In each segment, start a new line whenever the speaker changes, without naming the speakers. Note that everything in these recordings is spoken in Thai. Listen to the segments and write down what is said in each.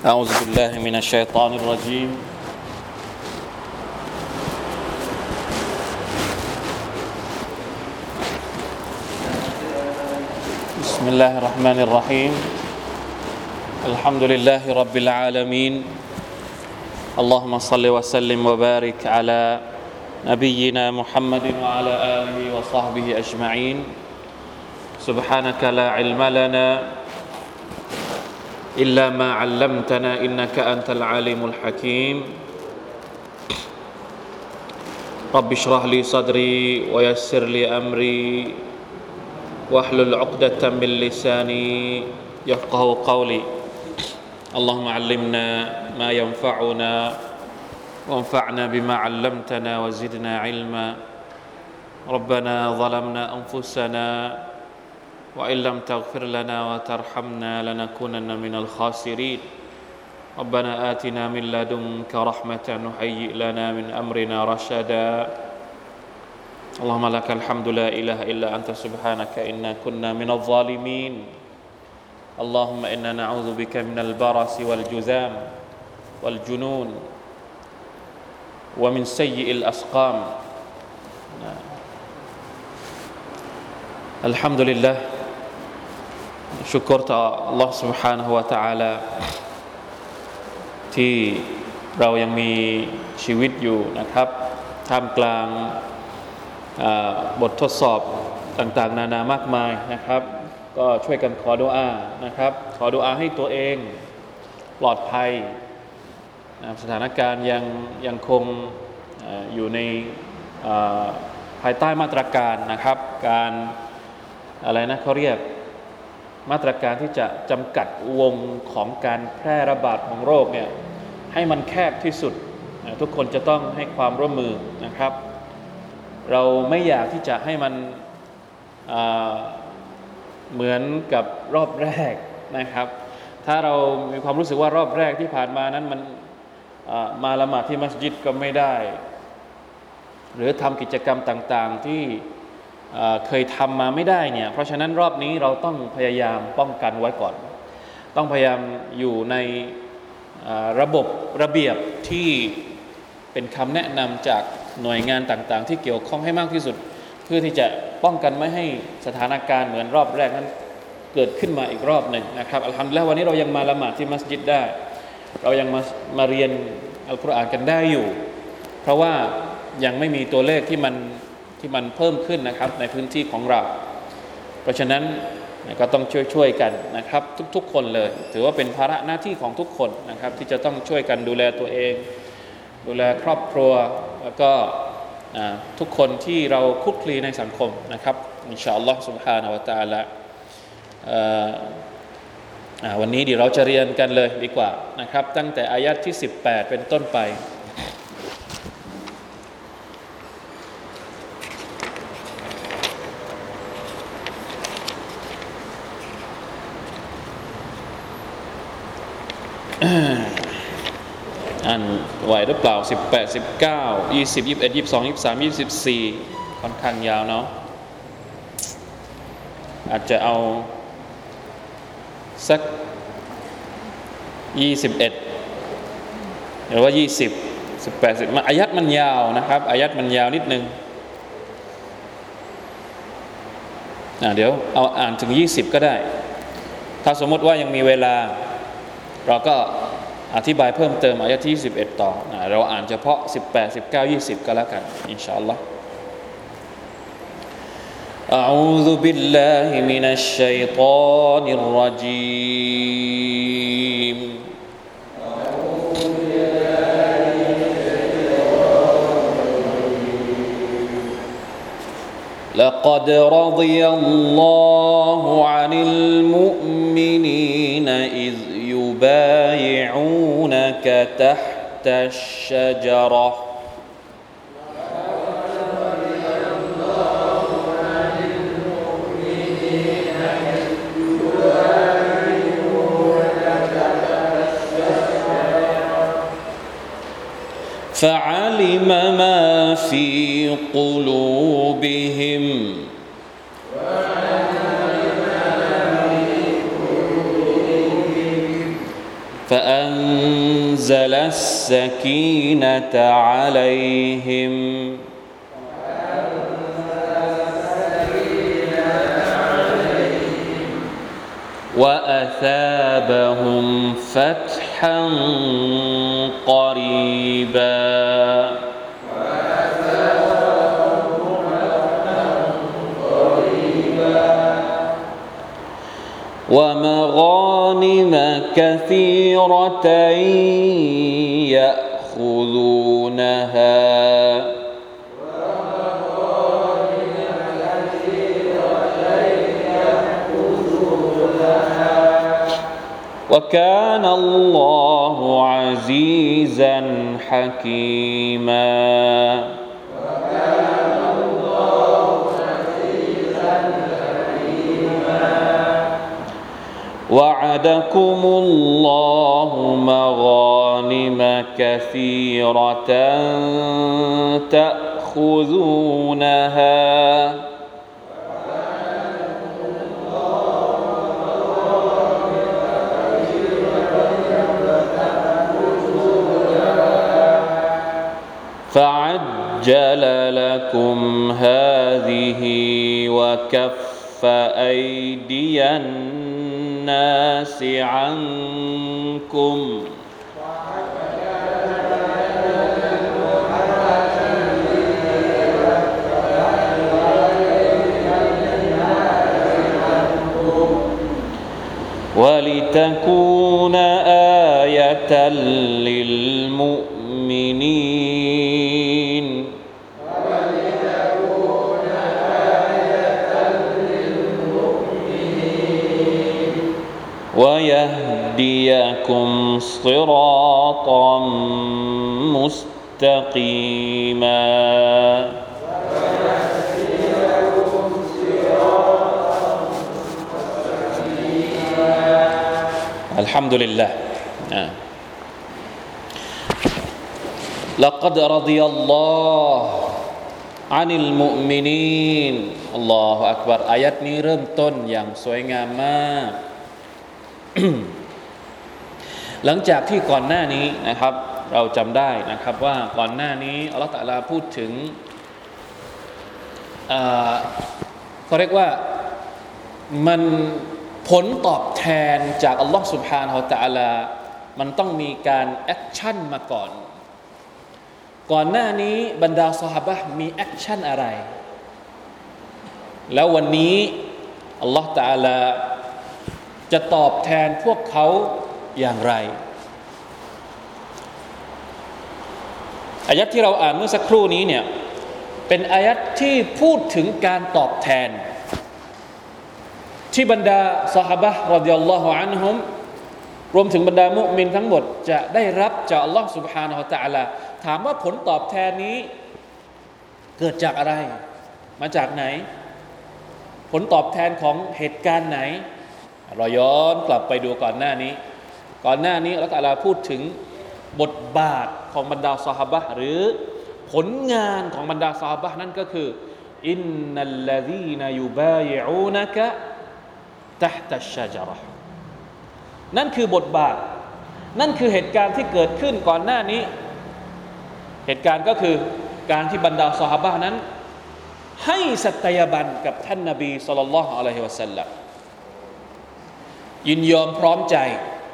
أعوذ بالله من الشيطان الرجيم بسم الله الرحمن الرحيم الحمد لله رب العالمين اللهم صل وسلم وبارك على نبينا محمد وعلى آله وصحبه أجمعين سبحانك لا علم لنا إلا ما علمتنا إنك أنت العليم الحكيم رب اشرح لي صدري ويسر لي أمري واحلل عقدة من لساني يفقه قولي اللهم علمنا ما ينفعنا وانفعنا بما علمتنا وزدنا علما ربنا ظلمنا أنفسنا وإن لم تغفر لنا وترحمنا لنكونن من الخاسرين ربنا آتنا من لدنك رحمة وهيئ لنا من أمرنا رشدا اللهم لك الحمد لا إله إلا أنت سبحانك إنا كنا من الظالمين اللهم إنا نعوذ بك من البرص والجذام والجنون ومن سيء الأسقام الحمد للهชุกรต่อ Allah سبحانه และ تعالى ที่เรายังมีชีวิตอยู่นะครับท่ามกลางบททดสอบต่างๆนานามากมายนะครับก็ช่วยกันขอดุอานะครับขอดุอาให้ตัวเองปลอดภัยสถานการณ์ยังคงอยู่ในภายใต้มาตรการนะครับการอะไรนะเขาเรียกมาตรการที่จะจำกัดวงของการแพร่ระบาดของโรคเนี่ยให้มันแคบที่สุดทุกคนจะต้องให้ความร่วมมือนะครับเราไม่อยากที่จะให้มันเหมือนกับรอบแรกนะครับถ้าเรามีความรู้สึกว่ารอบแรกที่ผ่านมานั้นมันมาละหมาดที่มัสยิดก็ไม่ได้หรือทำกิจกรรมต่างๆที่เคยทำมาไม่ได้เนี่ยเพราะฉะนั้นรอบนี้เราต้องพยายามป้องกันไว้ก่อนต้องพยายามอยู่ในระบบระเบียบที่เป็นคำแนะนำจากหน่วยงานต่างๆที่เกี่ยวข้องให้มากที่สุดเพื่อที่จะป้องกันไม่ให้สถานการณ์เหมือนรอบแรกนั้นเกิดขึ้นมาอีกรอบหนึ่งนะครับอัลฮัมดุลิลละห์วันนี้เรายังมาละหมาดที่มัสยิดได้เรายังมาเรียนอัลกุรอานกันได้อยู่เพราะว่ายังไม่มีตัวเลขที่มันเพิ่มขึ้นนะครับในพื้นที่ของเราเพราะฉะนั้นก็ต้องช่วยกันนะครับทุกๆคนเลยถือว่าเป็นภาระหน้าที่ของทุกคนนะครับที่จะต้องช่วยกันดูแลตัวเองดูแลครอบครัวแล้วก็ทุกคนที่เราคลุกคลีในสังคมนะครับอินชาอัลลอฮ์ سبحانه และ تعالى วันนี้เดี๋ยวเราจะเรียนกันเลยดีกว่านะครับตั้งแต่อายะห์ที่18เป็นต้นไปอ่านไหวหรือเปล่า18 19 20 21 22 23 24ค่อนข้างยาวเนาะอาจจะเอาสัก21หรือว่า20 18 10อายัดมันยาวนะครับอายัดมันยาวนิดนึงเดี๋ยวเอาอ่านถึง20ก็ได้ถ้าสมมติว่ายังมีเวลาเราก็อธิบายเพิ่มเติมอายะที่21ต่อเราอ่านเฉพาะ18 19 20ก็แล้วกันอินชาอัลลอฮ์أعوذ بالله من الشيطان الرجيم لقد رضي الله عن المؤمنين إذ يبايعونك تحت الشجرة فعلم ما في قلوبهم فأنزل السكينة عليهم وأثابهم فتحا قريبا ومغانم كثيرة يأخذونها وكان الله عزيزا حكيما وعدكم الله مغانم كثيرة تأخذونها فعجل لكم هذه وكف أيدي الناس عنكم ولتكون آية للمؤمنين ويهديكم صراطا مستقيما الحمد لله لقد رضي الله عن المؤمنين الله أكبر อายะห์นี้เริ่มต้นอย่างสวยงามมาก หลังจากที่ก่อนหน้านี้นะครับเราจำได้นะครับว่าก่อนหน้านี้อัลเลาะห์ตะอาลาพูดถึงเขาเรียกว่ามันผลตอบแทนจากอัลลอฮ์ سبحانه และ تعالى มันต้องมีการแอคชั่นมาก่อนหน้านี้บรรดาซอฮาบะห์มีแอคชั่นอะไรแล้ววันนี้อัลลอฮ์ تعالى จะตอบแทนพวกเขาอย่างไรอายะห์ที่เราอ่านเมื่อสักครู่นี้เนี่ยเป็นอายะห์ที่พูดถึงการตอบแทนที่บรรดาซอฮาบะห์รอฎิยัลลอฮุอันฮุมรวมถึงบรรดามุมินทั้งหมดจะได้รับจากอัลลอฮ์ سبحانه และ تعالى ถามว่าผลตอบแทนนี้เกิดจากอะไรมาจากไหนผลตอบแทนของเหตุการณ์ไหนเราย้อนกลับไปดูก่อนหน้านี้อัลลอฮ์ตะอาลาพูดถึงบทบาทของบรรดาซอฮาบะห์หรือผลงานของบรรดาซอฮาบะห์นั่นก็คืออินนัลลซีนยุบายิอูนะกะตะฮ์ตัชชะญะเราะห์นั่นคือบทบาทนั่นคือเหตุการณ์ที่เกิดขึ้นก่อนหน้านี้เหตุการณ์ก็คือการที่บรรดาซอฮาบะห์นั้นให้สัตยาบันกับท่านนบีศ็อลลัลลอฮุอะลัยฮิวะซัลลัมยินยอมพร้อมใจ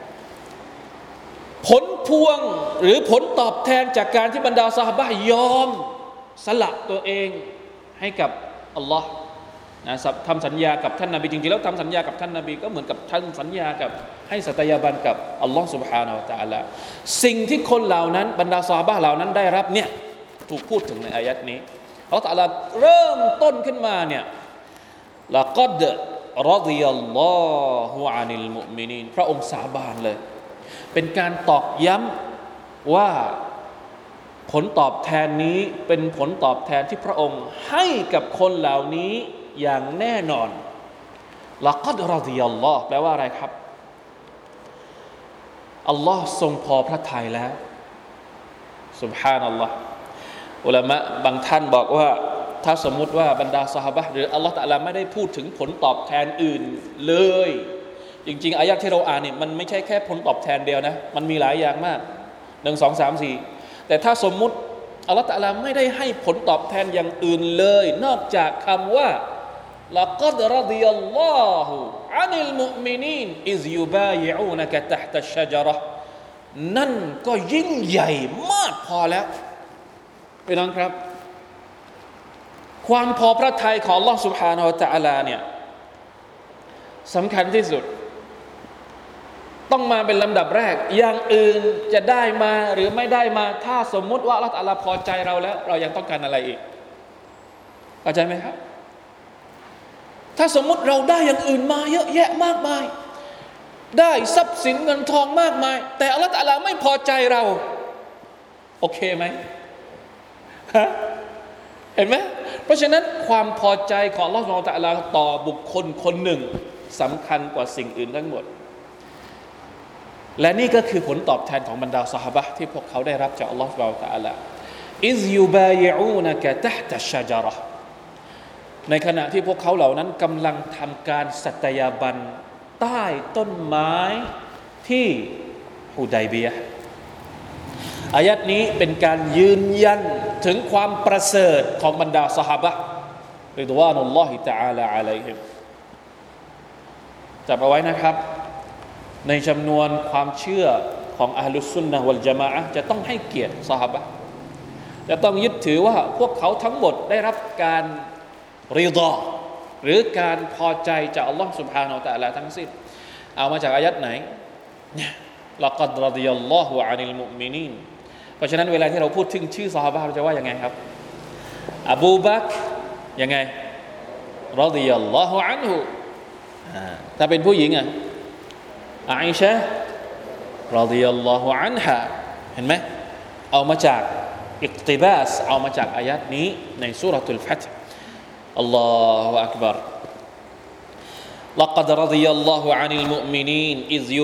ผลพวงหรือผลตอบแทนจากการที่บรรดาซอฮาบะห์ยอมสละตัวเองให้กับอัลลอฮ์นะทำสัญญากับท่านนบีจริงๆแล้วทำสัญญากับท่านนบีก็เหมือนกับท่านสัญญากับให้สัตยาบันกับอัลลอฮ์ سبحانه และ تعالى สิ่งที่คนเหล่านั้นบรรดาซอฮาบะห์เหล่านั้นได้รับเนี่ยถูกพูดถึงในอายะห์นี้อัลลอฮ์ تعالى เริ่มต้นขึ้นมาเนี่ยละกัดรอฎิยัลลอฮุอานิลมุอ์มินีนพระองค์สาบานเลยเป็นการตอกย้ำว่าผลตอบแทนนี้เป็นผลตอบแทนที่พระองค์ให้กับคนเหล่านี้อย่างแน่นอนละกัดรอฎิยัลลอฮ์แปลว่าอะไรครับอัลลอฮ์ทรงพอพระทัยแล้วซุบฮานัลลอฮ์อุลามะบางท่านบอกว่าถ้าสมมุติว่าบรรดาซอฮาบะห์หรืออัลลอฮ์ตะอาลาไม่ได้พูดถึงผลตอบแทนอื่นเลยจริงๆอายะที่เราอ่านเนี่ยมันไม่ใช่แค่ผลตอบแทนเดียวนะมันมีหลายอย่างมาก1 2 3 4แต่ถ้าสมมุติอัลลอฮฺตะอาลาไม่ได้ให้ผลตอบแทนอย่างอื่นเลยนอกจากคำว่าละกัดรฎิยัลลอฮุอานิลมุอ์มินีนอิซยุบายิอูนะกะตะฮ์ตัชชะญะเราะห์นั่นก็ยิ่งใหญ่มากพอแล้วพี่น้องครับความพอพระทัยของ Allah سبحانه และ تعالى เนี่ยสำคัญที่สุดต้องมาเป็นลำดับแรกอย่างอื่นจะได้มาหรือไม่ได้มาถ้าสมมุติว่าอัลเลาะห์ตะอาลาพอใจเราแล้วเรายังต้องการอะไรอีกเข้าใจไหมครับถ้าสมมุติเราได้อย่างอื่นมาเยอะแยะมากมายได้ทรัพย์สินเงินทองมากมายแต่อัลเลาะห์ตะอาลาไม่พอใจเราโอเคไหมฮะเห็นไหมเพราะฉะนั้นความพอใจของอัลเลาะห์ซุบฮานะฮูวะตะอาลาต่อบุคคลคนหนึ่งสำคัญกว่าสิ่งอื่นทั้งหมดและนี่ก็คือผลตอบแทนของบรรดาซอฮาบะห์ที่พวกเขาได้รับจากอัลเลาะห์ซุบฮานะฮูวะตะอาลาอิซยุบายิอูนะกะตะฮ์ตัชชะญะเราะห์ในขณะที่พวกเขาเหล่านั้นกำลังทำการสัตยาบันใต้ต้นไม้ที่ฮุดัยบียะห์อายัดนี้เป็นการยืนยันถึงความประเสริฐของบรรดาซอฮาบะห์ริฎวานุลลอฮิตะอาลาอะลัยฮิมจับเอาไว้นะครับในจำนวนความเชื่อของอะห์ลุสซุนนะฮ์วัลญะมาอะห์จะต้องให้เกียรติซอฮาบะห์จะต้องยึดถือว่าพวกเขาทั้งหมดได้รับการริฎอหรือการพอใจจากอัลลอฮ์ سبحانه และ تعالى ทั้งสิ้นเอามาจากอายัดไหนละกัดรฎิยัลลอฮุอานิลมุอ์มินีนเพราะฉะนั้นเวลาที่เราพูดถึงชื่อซอฮาบะห์เราจะว่ายังไงครับอบูบักรยังไงรฎิยัลลอฮุอันฮุถ้าเป็นผู้หญิงอ่ะอาอิชะห์รฎิยัลลอฮุอันฮาเห็นไหมเอามาจากอิกติบาสเอามาจากอายัดนี้ในซูเราะตุลฟัตฮ์อัลลอฮุอักบัรلقد رضي الله عن المؤمنين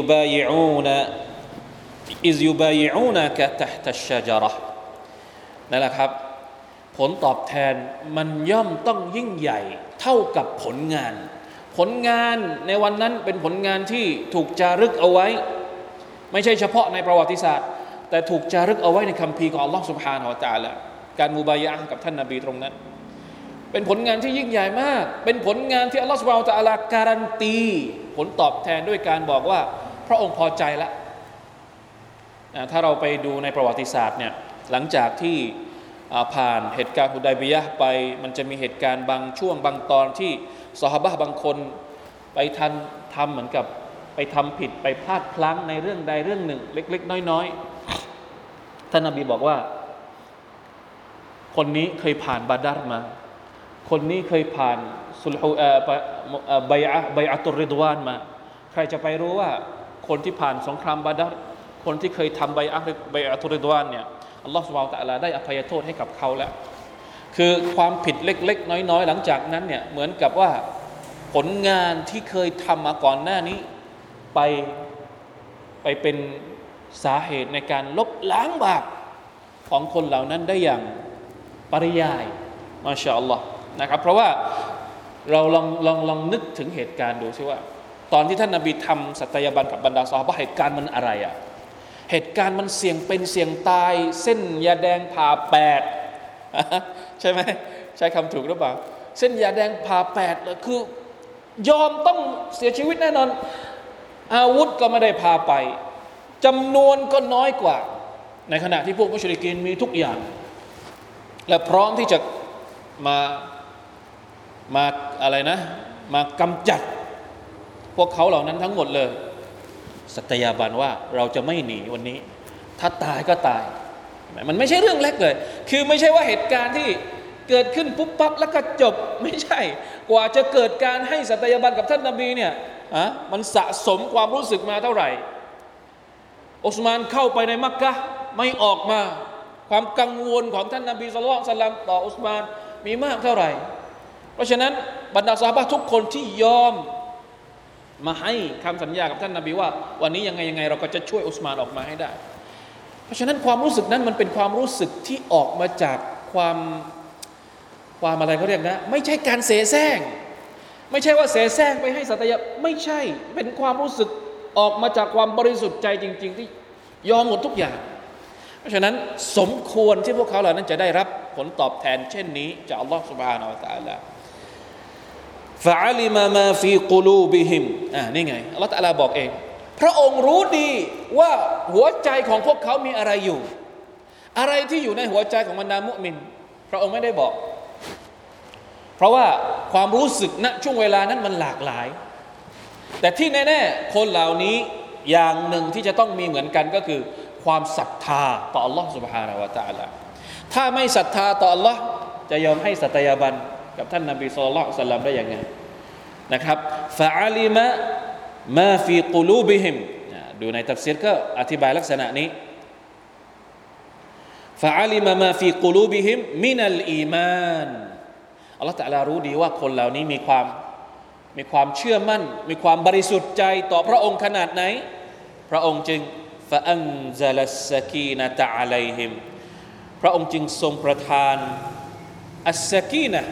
إذ يبايعونك تحت الشجرة นั่นแหละครับผลตอบแทนมันย่อมต้องยิ่งใหญ่เท่ากับผลงานในวันนั้นเป็นผลงานที่ถูกจารึกเอาไว้ไม่ใช่เฉพาะในประวัติศาสตร์แต่ถูกจารึกเอาไว้ในคัมภีร์ของอัลลอฮฺซุบฮานะฮูวะตะอาลาการมุบายะห์กับท่านนบีตรงนั้นเป็นผลงานที่ยิ่งใหญ่มากเป็นผลงานที่อัลลอฮฺซุบฮานะฮูวะตะอาลาการันตีผลตอบแทนด้วยการบอกว่าพระองค์พอใจแล้วถ้าเราไปดูในประวัติศาสตร์เนี่ยหลังจากที่ผ่านเหตุการณ์ฮุดัยบียะห์ไปมันจะมีเหตุการณ์บางช่วงบางตอนที่ซอฮาบะห์บางคนไปทำเหมือนกับไปทำผิดไปพลาดพลั้งในเรื่องใดเรื่องหนึ่งเล็กๆน้อยๆท่านนบีบอกว่าคนนี้เคยผ่านบาดัรมาคนนี้เคยผ่านซุลฮูบัยอะตุรริฎวานมาใครจะไปรู้ว่าคนที่ผ่านสงครามบาดัรคนที่เคยทำบัยอะตุรริฎวานเนี่ยอัลลอฮฺซุบฮานะฮูวะตะอาลาได้อภัยโทษให้กับเขาแล้วคือความผิดเล็กๆน้อยๆหลังจากนั้นเนี่ยเหมือนกับว่าผลงานที่เคยทำมาก่อนหน้านี้ไปเป็นสาเหตุในการลบล้างบาปของคนเหล่านั้นได้อย่างปริยายมาชาอัลลอฮ์นะครับเพราะว่าเราลองนึกถึงเหตุการณ์ดูซิว่าตอนที่ท่านนบีทำสัตยาบันกับบรรดาซอฮาบะห์เหตุการณ์มันอะไรอ่ะเหตุการณ์มันเสี่ยงเป็นเสี่ยงตายเส้นยาแดงผ่าแปดใช่ไหมใช้คำถูกหรือเปล่าเส้นยาแดงผ่าแปดคือยอมต้องเสียชีวิตแน่นอนอาวุธก็ไม่ได้พาไปจำนวนก็น้อยกว่าในขณะที่พวกมุชริกีนมีทุกอย่างและพร้อมที่จะมาอะไรนะมากำจัดพวกเขาเหล่านั้นทั้งหมดเลยสัตยาบันว่าเราจะไม่หนีวันนี้ถ้าตายก็ตายมันไม่ใช่เรื่องเล็กเลยคือไม่ใช่ว่าเหตุการณ์ที่เกิดขึ้นปุ๊บปั๊บแล้วก็จบไม่ใช่กว่าจะเกิดการให้สัตยาบันกับท่านนบีเนี่ยมันสะสมความรู้สึกมาเท่าไหร่อุสมานเข้าไปในมักกะห์ไม่ออกมาความกังวลของท่านนบีศ็อลลัลลอฮุอะลัยฮิวะซัลลัมต่ออุสมานมีมากเท่าไหร่เพราะฉะนั้นบรรดาซอฮาบะห์ทุกคนที่ยอมมาให้คำสัญญากับท่านนบีว่าวันนี้ยังไงเราก็จะช่วยอุสมานออกมาให้ได้เพราะฉะนั้นความรู้สึกนั้นมันเป็นความรู้สึกที่ออกมาจากความอะไรเขาเรียกนะไม่ใช่การเสแสร้งไม่ใช่ว่าเสแสร้งไปให้สัตยาไม่ใช่เป็นความรู้สึกออกมาจากความบริสุทธิ์ใจจริงๆที่ยอมหมดทุกอย่างเพราะฉะนั้นสมควรที่พวกเขาเหล่านั้นจะได้รับผลตอบแทนเช่นนี้จากอัลลอฮฺ سبحانه และ تعالى فعلم ما في قلوبهم นี่ไงอัลลอฮฺ تعالى บอกเองพระองค์รู้ดีว่าหัวใจของพวกเขามีอะไรอยู่อะไรที่อยู่ในหัวใจของบรรดามุมินพระองค์ไม่ได้บอกเพราะว่าความรู้สึกณช่วงเวลานั้นมันหลากหลายแต่ที่แน่ๆคนเหล่านี้อย่างหนึ่งที่จะต้องมีเหมือนกันก็คือความศรัทธาต่อ Allah سبحانه และ تعالى ถ้าไม่ศรัทธาต่อ Allah จะยอมให้สัตยาบันกับท่านนบีศ็อลลัลลอฮุอะลัยฮิวะซัลลัมได้ยังไงนะครับฟะอะลิมะมาฟีกุลูบิฮิมดูในตัฟซีรก็อธิบายลักษณะนี้ฟะอะลิมะมาฟีกุลูบิฮิมมินัลอีมานอัลเลาะห์ตะอาลารู้ดีว่าคนเหล่านี้มีความเชื่อมั่นมีความบริสุทธิ์ใจต่อพระองค์ขนาดไหนพระองค์จึงฟะอันซะลัสซะกีนะตะอะลัยฮิมพระองค์จึงทรงประทานอัสซะกีนะห์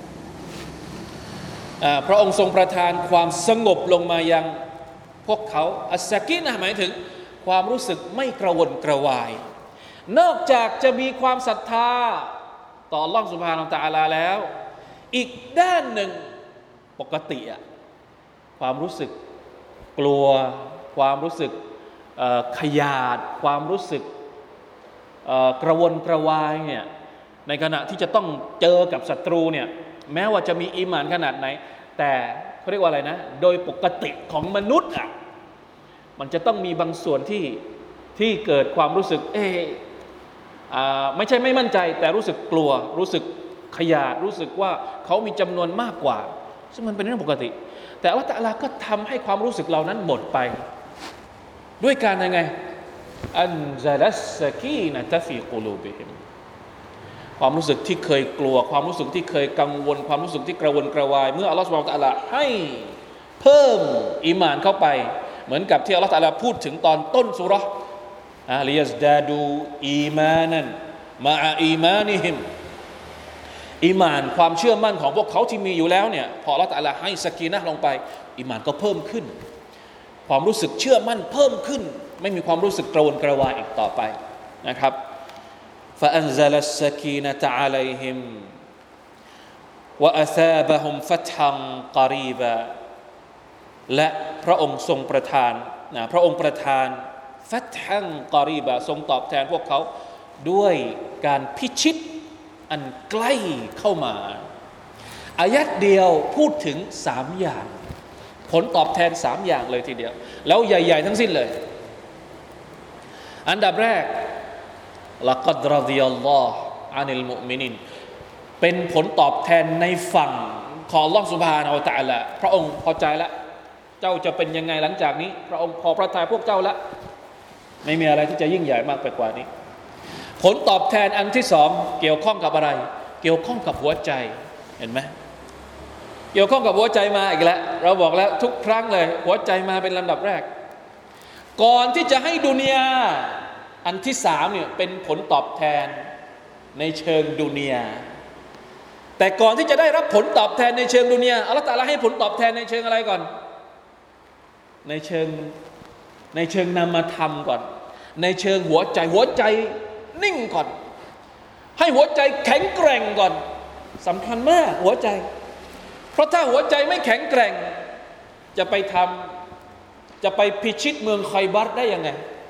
พระองค์ทรงประทานความสงบลงมายังพวกเขาอัสซะกีนะห์หมายถึงความรู้สึกไม่กระวนกระวายนอกจากจะมีความศรัทธาต่ออัลเลาะห์ซุบฮานะฮูวะตะอาลาแล้วอีกด้านหนึ่งปกติความรู้สึกกลัวความรู้สึกขยาดความรู้สึกกระวนกระวายเนี่ยในขณะที่จะต้องเจอกับศัตรูเนี่ยแม้ว่าจะมีอีหม่านขนาดไหนแต่เขาเรียกว่าอะไรนะโดยปกติของมนุษย์มันจะต้องมีบางส่วนที่เกิดความรู้สึกไม่ใช่ไม่มั่นใจแต่รู้สึกกลัวรู้สึกขยาดรู้สึกว่าเขามีจำนวนมากกว่าซึ่งมันเป็นเรื่องปกติแต่อัลเลาะห์ตะอาลาก็ทำให้ความรู้สึกเหล่านั้นหมดไปด้วยการยังไงอันซะลัสซะกีนะตะฟีกุลูบิฮิมความรู้สึกที่เคยกลัวความรู้สึกที่เคยกังวลความรู้สึกที่กระวนกระวายเมื่ออัลเลาะห์ซุบฮานะฮูวะตะอาลาให้เพิ่มอีหม่านเข้าไปเหมือนกับที่อัลเลาะห์ตะอาลาพูดถึงตอนต้นซูเราะห์ลิยัซดาดูอีมานันมะอะอีมานิฮิมอีหม่านความเชื่อมั่นของพวกเขาที่มีอยู่แล้วเนี่ยพออัลเลาะห์ตะอาลาให้ซะกีนะห์ลงไปอีหม่านก็เพิ่มขึ้นความรู้สึกเชื่อมั่นเพิ่มขึ้นไม่มีความรู้สึกกระวนกระวายอีกต่อไปนะครับฟะอันซะลัสซะกีนะตะอะลัยฮิมวะอะซาบะฮุมฟัตฮันกอรีบะและพระองค์ทรงประทานพระองค์ประทานฟัตฮันกอรีบะทรงตอบแทนพวกเขาด้วยการพิชิตอันใกล้เข้ามาอายัดเดียวพูดถึง3อย่างผลตอบแทน3อย่างเลยทีเดียวแล้วใหญ่ๆทั้งสิ้นเลยอันดับแรกละกัดรอฎิยัลลอฮุอานิลมุอ์มินีนเป็นผลตอบแทนในฝั่งของอัลเลาะห์ซุบฮานะฮูวะตะอาลาพระองค์พอใจแล้วเจ้าจะเป็นยังไงหลังจากนี้พระองค์พอพระทัยพวกเจ้าแล้วไม่มีอะไรที่จะยิ่งใหญ่มากไปกว่านี้ผลตอบแทนอันที่สองเกี่ยวข้องกับอะไรเกี่ยวข้องกับหัวใจเห็นไหมเกี่ยวข้องกับหัวใจมาอีกแล้วเราบอกแล้วทุกครั้งเลยหัวใจมาเป็นลำดับแรกก่อนที่จะให้ดุนยาอันที่สามเนี่ยเป็นผลตอบแทนในเชิงดุนยาแต่ก่อนที่จะได้รับผลตอบแทนในเชิงดุนยาอัลเลาะห์ตะอาลาให้ผลตอบแทนในเชิงอะไรก่อนในเชิงนามธรรมก่อนในเชิงหัวใจนิ่งก่อนให้หัวใจแข็งแกร่งก่อนสำคัญมากหัวใจเพราะถ้าหัวใจไม่แข็งแกร่งจะไปพิชิตเมืองไคบัรได้ยังไง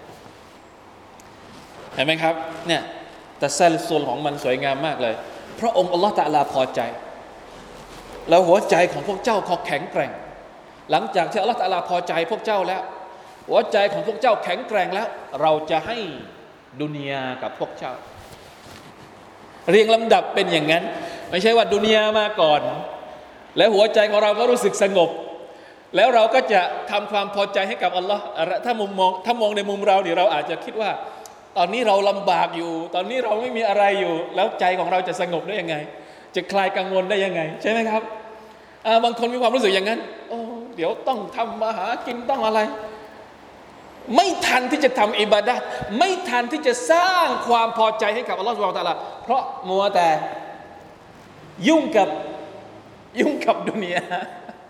เห็นไหมครับเนี่ยแต่ซัลซุลของมันสวยงามมากเลยพระองค์อัลลอฮฺตะอาลาพอใจแล้วหัวใจของพวกเจ้าเขาแข็งแกร่งหลังจากที่อัลลอฮฺตะอาลาพอใจพวกเจ้าแล้วหัวใจของพวกเจ้าแข็งแกร่งแล้วเราจะให้ดุนยากับพวกเจ้าเรียงลำดับเป็นอย่างนั้นไม่ใช่ว่าดุนยามาก่อนแล้วหัวใจของเราก็รู้สึกสงบแล้วเราก็จะทำความพอใจให้กับอัลลอฮ์ถ้ามองในมุมเราเนี่ยเราอาจจะคิดว่าตอนนี้เราลำบากอยู่ตอนนี้เราไม่มีอะไรอยู่แล้วใจของเราจะสงบได้ยังไงจะคลายกังวลได้ยังไงใช่ไหมครับบางคนมีความรู้สึกอย่างนั้นโอ้เดี๋ยวต้องทำมาหากินต้องอะไรไม่ทันที่จะทำอิบาดะห์ไม่ทันที่จะสร้างความพอใจให้กับอัลลอฮฺซุบฮานะฮูวะตะอาลาเพราะมัวแต่ยุ่งกับดุนยา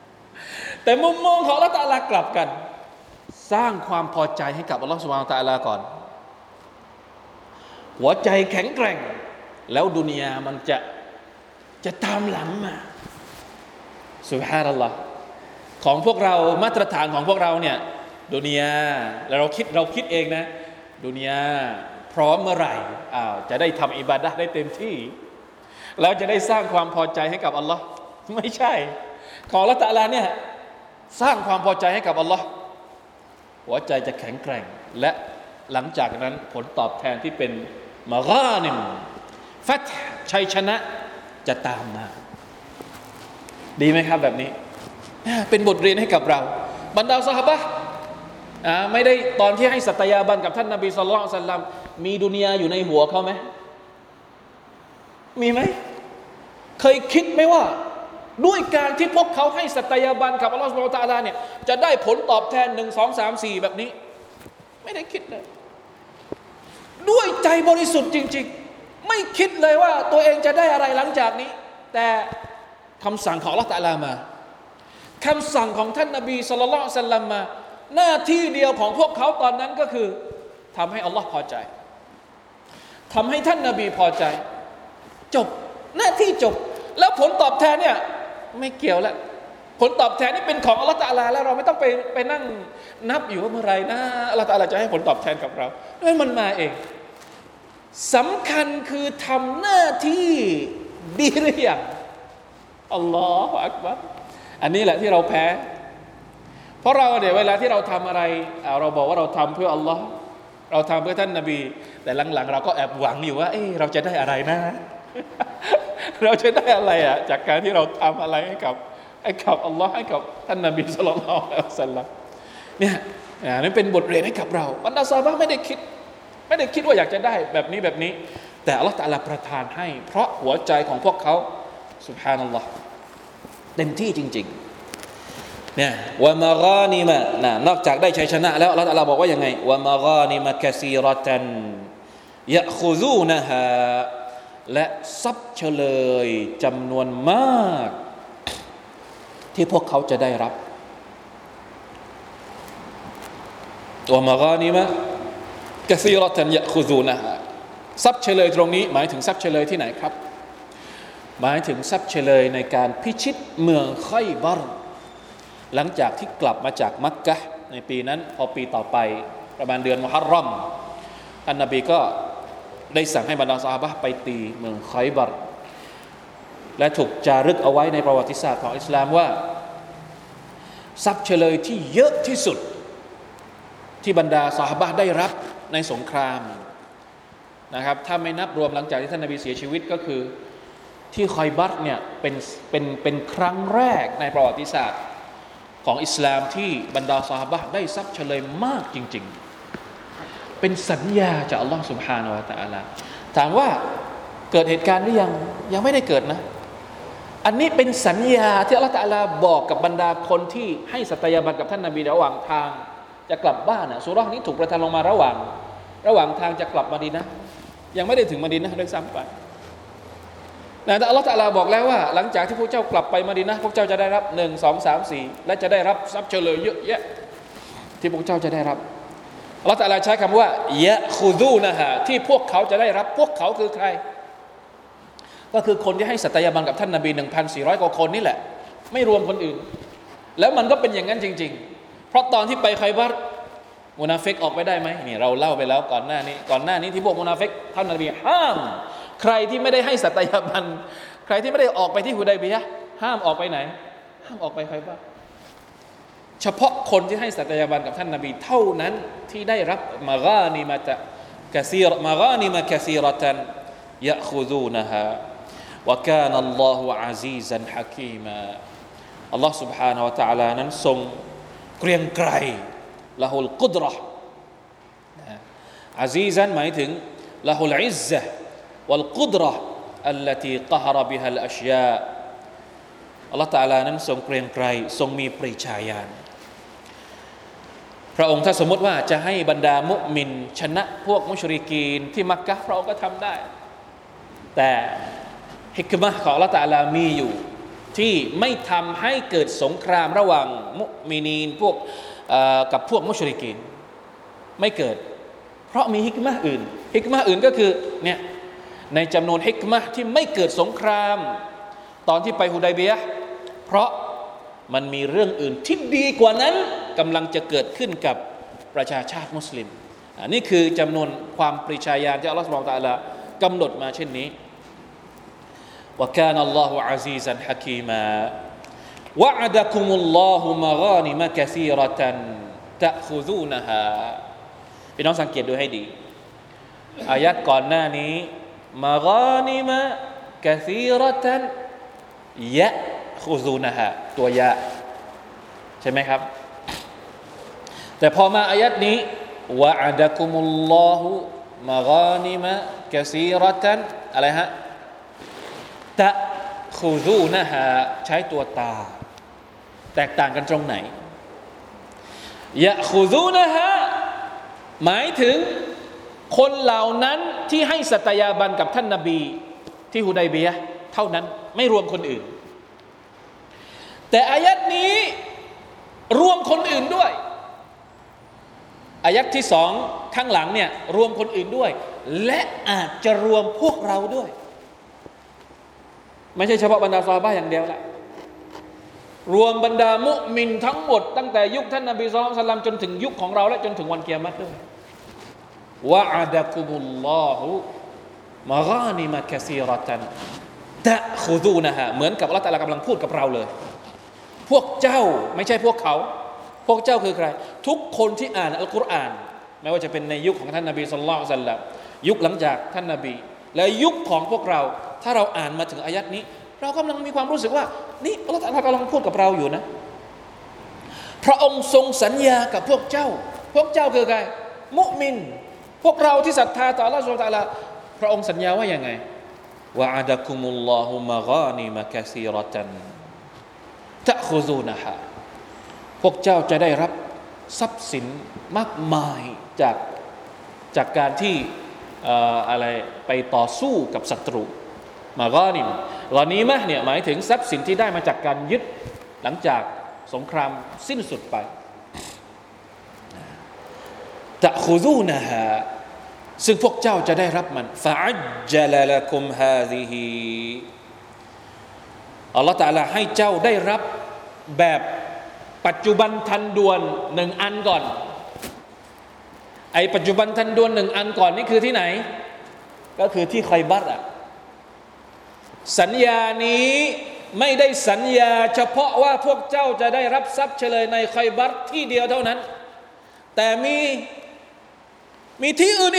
แต่มุมมองของอัลเลาะห์ตะอาลากลับกันสร้างความพอใจให้กับอัลเลาะห์ซุบฮานะฮูวะตะอาลาก่อนหัวใจแข็งแกร่งแล้วดุนยามันจะตามหลังมาซุบฮานัลลอฮ์ของพวกเรามาตรฐานของพวกเราเนี่ยดุนยาแล้วเราคิดเองนะดุนยาพร้อมเมื่อไหร่จะได้ทำอิบาดะห์ได้เต็มที่แล้วจะได้สร้างความพอใจให้กับอัลลอฮ์ไม่ใช่ของอัลเลาะห์ตะอาลาเนี่ยสร้างความพอใจให้กับอัลลอฮ์หัวใจจะแข็งแกร่งและหลังจากนั้นผลตอบแทนที่เป็นมะฆานิมฟัตห์ชัยชนะจะตามมาดีไหมครับแบบนี้เป็นบทเรียนให้กับเราบรรดาซอฮาบะห์ไม่ได้ตอนที่ให้สัตยาบันกับท่านนบีศ็อลลัลลอฮุอะลัยฮิวะซัลลัมมีดุนยาอยู่ในหัวเขาไหมมีไหมเคยคิดไหมว่าด้วยการที่พวกเขาให้สัตยาบันกับอัลลอฮฺซุบฮานะฮูวะตะอาลาเนี่ยจะได้ผลตอบแทน1 2 3 4แบบนี้ไม่ได้คิดเลยด้วยใจบริสุทธิ์จริงๆไม่คิดเลยว่าตัวเองจะได้อะไรหลังจากนี้แต่คำสั่งของอัลลอฮฺตะอาลามาคำสั่งของท่านนบีศ็อลลัลลอฮุอะลัยฮิวะซัลลัมมาหน้าที่เดียวของพวกเขาตอนนั้นก็คือทำให้อัลลอฮ์พอใจทำให้ท่านนบีพอใจจบหน้าที่จบแล้วผลตอบแทนเนี่ยไม่เกี่ยวแล้วผลตอบแทนนี่เป็นของอัลลอฮ์ตะอาลาแล้วเราไม่ต้องไปนั่งนับอยู่ว่าเมื่อไรนะอัลลอฮ์ตะอาลาจะให้ผลตอบแทนกับเราด้วยมันมาเองสำคัญคือทำหน้าที่ดีหรือยังอัลลอฮฺอักบัรอันนี้แหละที่เราแพ้เพราะเราเนี่ยเวลาที่เราทำอะไรเราบอกว่าเราทำเพื่ออัลลอฮ์เราทำเพื่อท่านนบีแต่หลังๆเราก็แอบหวังอยู่ว่าเราจะได้อะไรนะ เราจะได้อะไรจากการที่เราทำอะไรให้กับอัลลอฮ์ให้กับท่านนบีศ็อลลัลลอฮุอะลัยฮิวะซัลลัมเนี่ยนี่เป็นบทเรียนให้กับเราบรรดาซอฮาบะห์ไม่ได้คิดว่าอยากจะได้แบบนี้แต่อัลลอฮ์ตะอาลาประทานให้เพราะหัวใจของพวกเขาซุบฮานัลลอฮ์เต็มที่จริงๆเนี่ยวะมะฆานิมะนอกจากได้ชัยชนะแล้วอัลเลาะห์ตะอาลาบอกว่ายังไงวะมะฆานิมะกะซีเราะตันยะคุซูนะฮาและทรัพย์เฉลยจำนวนมากที่พวกเขาจะได้รับวะมะฆานิมะกะซีเราะตันยะคุซูนะฮาทรัพย์เฉลยตรงนี้หมายถึงทรัพย์เฉลยที่ไหนครับหมายถึงทรัพย์เฉลยในการพิชิตเมืองค็อยบัรหลังจากที่กลับมาจากมักกะฮ์ในปีนั้นพอปีต่อไปประมาณเดือนมุฮัรรอมท่านนบีก็ได้สั่งให้บรรดาซอฮาบะห์ไปตีเมืองค็อยบัรและถูกจารึกเอาไว้ในประวัติศาสตร์ของอิสลามว่าทรัพย์เฉลยที่เยอะที่สุดที่บรรดาซอฮาบะห์ได้รับในสงครามนะครับถ้าไม่นับรวมหลังจากที่ท่านนบีเสียชีวิตก็คือที่ค็อยบัรเนี่ยเป็นครั้งแรกในประวัติศาสตร์ของอิสลามที่บรรดาซอฮาบะห์ได้ทรัพย์เฉลยมากจริงๆเป็นสัญญาจากอัลลอฮฺซุบฮานะฮูวะตะอาลาถามว่าเกิดเหตุการณ์หรือยังไม่ได้เกิดนะอันนี้เป็นสัญญาที่อัลลอฮฺตะอาลาบอกกับบรรดาคนที่ให้สัตยาบันกับท่านนบีระหว่างทางจะกลับบ้านซูเราะห์นี้ถูกประทานลงมาระหว่างทางจะกลับมะดีนะห์ยังไม่ได้ถึงมะดีนะห์ด้วยซ้ำไปแต่อัลลอฮฺตะอาลาบอกแล้วว่าหลังจากที่พวกเจ้ากลับไปมะดีนะห์พวกเจ้าจะได้รับ1 2 3 4และจะได้รับทรัพย์เฉลยเยอะแยะที่พวกเจ้าจะได้รับอัลลอฮฺตะอาลาใช้คำว่ายะคุซูนะฮะที่พวกเขาจะได้รับพวกเขาคือใครก็คือคนที่ให้สัตยาบันกับท่านนบี 1,400 กว่าคนนี่แหละไม่รวมคนอื่นแล้วมันก็เป็นอย่างนั้นจริงๆเพราะตอนที่ไปค็อยบัรมุนาฟิกออกไปได้ไหมนี่เราเล่าไปแล้วก่อนหน้านี้ที่พวกมุนาฟิกท่านนบีห้ามใครที่ไม่ได้ให้สัตยาบันใครที่ไม่ได้ออกไปที่ฮุดัยบียะห์ห้ามออกไปไหนห้ามออกไปค็อยบัรเฉพาะคนที่ให้สัตยาบันกับท่านนบีเท่านั้นที่ได้รับมะฆานิมะกะซีเราะตันยะคุซูนะฮาวะกานัลลอฮุอะซีซันฮะกีมาอัลลอฮฺ سبحانه และ تعالى นั้นทรงเกรียงไกรละฮุลกุดเราะห์อาซีซันหมายถึงละฮุลอิซซะฮ์วัลกุดเราะห์อัลลตีกะฮรบิฮัลอัชยาอัลลอฮฺ تعالى นั้นทรงเกรียงไกรทรงมีปริชาญาณพระองค์ถ้าสมมติว่าจะให้บรรดามุมินชนะพวกมุชริกีนที่มักกะฮ์พระองค์ก็ทำได้แต่ฮิกมะฮ์ของอัลเลาะห์ตะอาลามีอยู่ที่ไม่ทำให้เกิดสงครามระหว่างมุมินีนพวกกับพวกมุชริกีนไม่เกิดเพราะมีฮิกมะห์อื่นฮิกมะห์อื่นก็คือเนี่ยในจำนวนฮิกมะห์ที่ไม่เกิดสงครามตอนที่ไปฮุดัยบียะห์เพราะมันมีเรื่องอื่นที่ดีกว่านั้นกำลังจะเกิดขึ้นกับประชาชาติมุสลิมนี่คือจำนวนความปริชาญาณที่อัลลอฮฺซุบฮานะฮูวะตะอาลากำหนดมาเช่นนี้วะกานัลลอฮุอะซีซันฮะกีมาวะอะดะกุมุลลอฮุมะฆานิมะกะซีเราะตันตะคุซูนะฮาพี่น้องสังเกตดูให้ดีอายะห์ก่อนหน้านี้มะฆานิมะกะซีเราะตันยะคุซูนะฮาตัวยะใช่ไหมครับแต่พอมาอายะห์นี้วะอะดะกุมุลลอฮุมะฆานิมะกะซีเราะตันอะไรฮะตะคุซูนะฮาใช้ตัวตาแตกต่างกันตรงไหนยะคุซูนะฮาหมายถึงคนเหล่านั้นที่ให้สัตยาบันกับท่านนบีที่ฮุดัยบียะห์เท่านั้นไม่รวมคนอื่นแต่อายัดนี้รวมคนอื่นด้วยอายัดที่สองข้างหลังเนี่ยรวมคนอื่นด้วยและอาจจะรวมพวกเราด้วยไม่ใช่เฉพาะบรรดาซอฮาบะห์อย่างเดียวละรวมบรรดามุมินทั้งหมดตั้งแต่ยุคท่านนบีศ็อลลัลลอฮุอะลัยฮิวะซัลลัมจนถึงยุคของเราและจนถึงวันกิยามะฮ์ด้วยวะอะดะกุมุลลอฮุมะฆานิมะกะซีเราะตันตะคุซูนะฮาเหมือนกับอัลเลาะห์ตะอาลากำลังพูดกับเราเลยพวกเจ้าไม่ใช่พวกเขาพวกเจ้าคือใครทุกคนที่อ่านอัลกุรอานไม่ว่าจะเป็นในยุคของท่านนบีศ็อลลัลลอฮุอะลัยฮิวะซัลลัมยุคหลังจากท่านนบีและยุคของพวกเราถ้าเราอ่านมาถึงอายัดนี้เรากำลังมีความรู้สึกว่านี่อัลเลาะห์ตะอาลากำลังพูดกับเราอยู่นะพระองค์ทรงสัญญากับพวกเจ้าคือใครมุมินพวกเราที่ศรัทธาต่ออัลเลาะห์ซุบฮานะฮูวะตะอาลาพระองค์สัญญาว่ายังไงวะอะดะกุมุลลอฮุมะฆานิมะกะซีเราะตันตะคุซูนะฮาพวกเจ้าจะได้รับทรัพย์สินมากมายจากการที่อะไรไปต่อสู้กับศัตรูมากอนิมะห์เนี่ยหมายถึงทรัพย์สินที่ได้มาจากการยึดหลังจากสงครามสิ้นสุดไปตะคุซูนะฮาซึ่งพวกเจ้าจะได้รับมันฟะอัจญะละกุมฮาซิฮิอัลเลาะห์ตะอาลาให้เจ้าได้รับแบบปัจจุบันทันด่วน1อันก่อนไอ้ปัจจุบันทันด่วน1อันก่อนนี่คือที่ไหนก็คือที่ค็อยบัรอ่ะสัญญานี้ไม่ได้สัญญาเฉพาะว่าพวกเจ้าจะได้รับทรัพย์เฉลยในค็อยบัรที่เดียวเท่านั้นแต่มีที่อื่น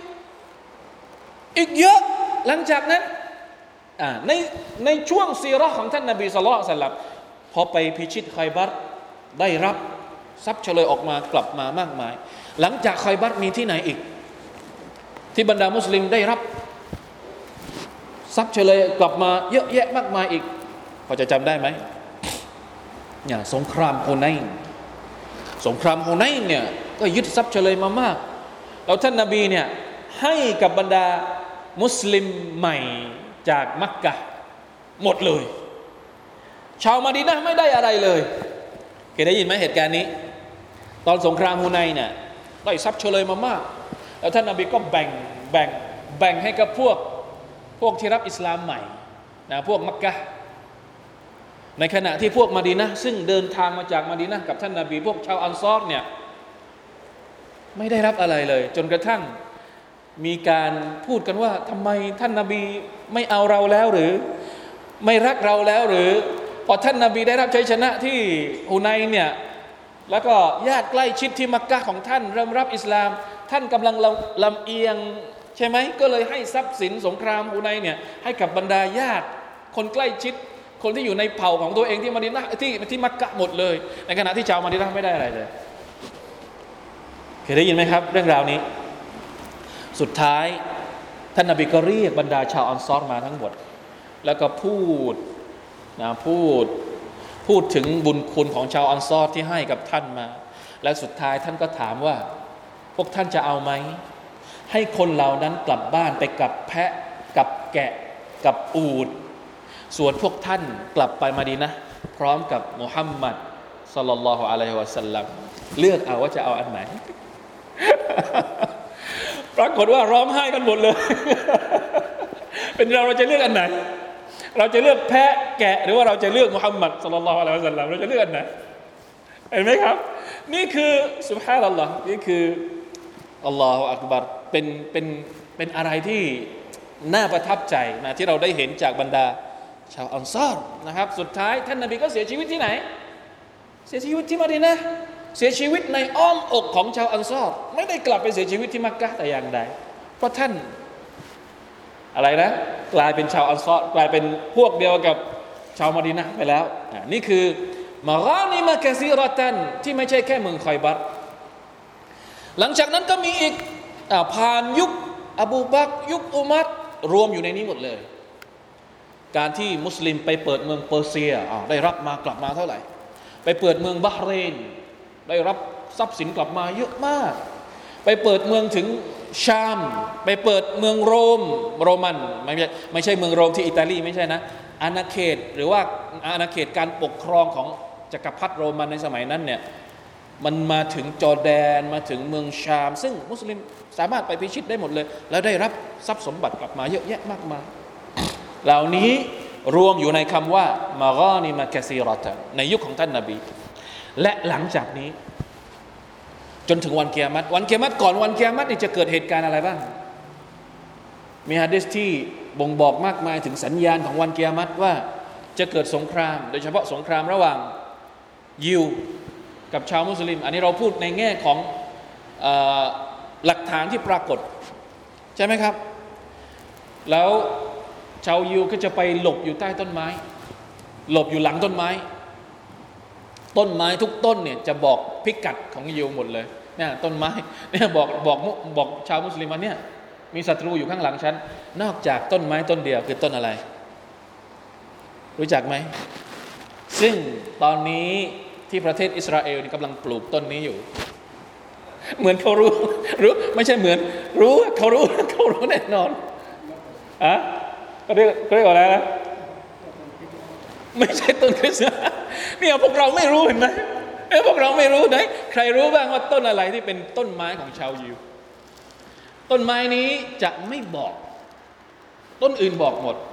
อีกเยอะหลังจากนั้นในช่วงซีเราะห์ของท่านนบีศ็อลลัลลอฮุอะลัยฮิวะซัลลัมพอไปพิชิตค็อยบัรได้รับทรัพย์เฉลยออกมากลับมามากมายหลังจากค็อยบัรมีที่ไหนอีกที่บรรดามุสลิมได้รับทรัพย์เฉลยกลับมาเยอะแยะมากมายอีกพอจะจำได้ไหมเนี่ยสงครามฮุนัยน์เนี่ยก็ยึดทรัพย์เฉลยมามากแล้วท่านนบีเนี่ยให้กับบรรดามุสลิมใหม่จากมักกะฮ์หมดเลยชาวมะดีนะห์ไม่ได้อะไรเลยเคยได้ยินไหมเหตุการณ์นี้ตอนสงครามฮุนัยน์เนี่ยได้ทรัพย์เฉลยมามากแล้วท่านนบีก็แบ่งให้กับพวกที่รับอิสลามใหม่นะพวกมักกะฮ์ในขณะที่พวกมะดีนะห์ซึ่งเดินทางมาจากมะดีนะห์กับท่านนบีพวกชาวอันซอรเนี่ยไม่ได้รับอะไรเลยจนกระทั่งมีการพูดกันว่าทำไมท่านนบีไม่เอาเราแล้วหรือไม่รักเราแล้วหรือพอท่านนบีได้รับชัยชนะที่ฮุนัยน์เนี่ยแล้วก็ญาติใกล้ชิดที่มักกะฮ์ของท่านเริ่มรับอิสลามท่านกำลังลำเอียงใช่ไหมก็เลยให้ทรัพย์สินสงครามฮุนัยน์เนี่ยให้กับบรรดาญาติคนใกล้ชิดคนที่อยู่ในเผ่าของตัวเองที่มะดีนะห์ที่มักกะฮ์หมดเลยในขณะที่ชาวมะดีนะห์ไม่ได้อะไรเลยเคยได้ยินไหมครับเรื่องราวนี้สุดท้ายท่านนบีก็เรียกบรรดาชาวอันซอรมาทั้งหมดแล้วก็พูดถึงบุญคุณของชาวอันซอรที่ให้กับท่านมาและสุดท้ายท่านก็ถามว่าพวกท่านจะเอาไหมให้คนเหล่านั้นกลับบ้านไปกับแพะกับแกะกับอูฐส่วนพวกท่านกลับไปมะดีนะห์พร้อมกับมุฮัมมัดศ็อลลัลลอฮุอะลัยฮิวะซัลลัมเลือกเอาว่าจะเอาอันไหน ปรากฏว่าร้องไห้กันหมดเลย เป็นเราจะเลือกอันไหนเราจะเลือกแพะแกะหรือว่าเราจะเลือกมุฮัมมัดศ็อลลัลลอฮุอะลัยฮิวะซัลลัมเราจะเลือกอันไหนเห็นไหมครับนี่คือซุบฮานัลลอฮ์นี่คืออัลลอฮฺอักบัรเป็นอะไรที่น่าประทับใจนะที่เราได้เห็นจากบรรดาชาวอันซอรนะครับสุดท้ายท่านนบีก็เสียชีวิตที่ไหนเสียชีวิตที่มะดีนะห์เสียชีวิตในอ้อมอกของชาวอันซอรไม่ได้กลับไปเสียชีวิตที่มักกะฮ์แต่อย่างใดเพราะท่านอะไรนะกลายเป็นชาวอันซอรกลายเป็นพวกเดียวกับชาวมะดีนะห์ไปแล้วนี่คือมะฆานิมะกะซีเราะตันที่ไม่ใช่แค่เมืองคอยบัรหลังจากนั้นก็มีอีกผ่านยุคอบูบักรยุคอุมัรรวมอยู่ในนี้หมดเลยการที่มุสลิมไปเปิดเมืองเปอร์เซียได้รับมากลับมาเท่าไหร่ไปเปิดเมืองบาห์เรนได้รับทรัพย์สินกลับมาเยอะมากไปเปิดเมืองถึงชามไปเปิดเมืองโรมันไม่ใช่เมืองโรมที่อิตาลีไม่ใช่นะอาณาเขตหรือว่าอาณาเขตการปกครองของจักรพรรดิโรมันในสมัยนั้นเนี่ยมันมาถึงจอร์แดนมาถึงเมืองชามซึ่งมุสลิมสามารถไปพิชิตได้หมดเลยแล้วได้รับทรัพย์สมบัติกลับมาเยอะแยะมากมายเหล่านี้รวมอยู่ในคำว่ามะฆานิมะกะซีเราะตันในยุคของท่านนบีและหลังจากนี้จนถึงวันกิยามะฮ์ก่อนวันกิยามะฮ์นี่จะเกิดเหตุการณ์อะไรบ้างมีหะดีษที่บ่งบอกมากมายถึงสัญญาณของวันกิยามะฮ์ว่าจะเกิดสงครามโดยเฉพาะสงครามระหว่างยิวกับชาวมุสลิมอันนี้เราพูดในแง่ของหลักฐานที่ปรากฏใช่ไหมครับแล้วชาวยิวก็จะไปหลบอยู่ใต้ต้นไม้หลบอยู่หลังต้นไม้ทุกต้นเนี่ยจะบอกพิกัดของยิวหมดเลยเนี่ยต้นไม้เนี่ยบอกชาวมุสลิมว่าเนี่ยมีศัตรูอยู่ข้างหลังฉันนอกจากต้นไม้ต้นเดียวคือต้นอะไรรู้จักไหมซึ่งตอนนี้ที่ประเทศอิสราเอลกำลังปลูกต้นนี้อยู่เหมือนเขารู้ไม่ใช่เหมือนรู้เขารู้แน่นอนเขาเรียกอะไรนะไม่ใช่ต้นคริสต์เนี่ยพวกเราไม่รู้เห็นไหมพวกเราไม่รู้ไหนใครรู้บ้างว่าต้นอะไรที่เป็นต้นไม้ของชาวยิวต้นไม้นี้จะไม่บอกต้นอื่นบอกหมด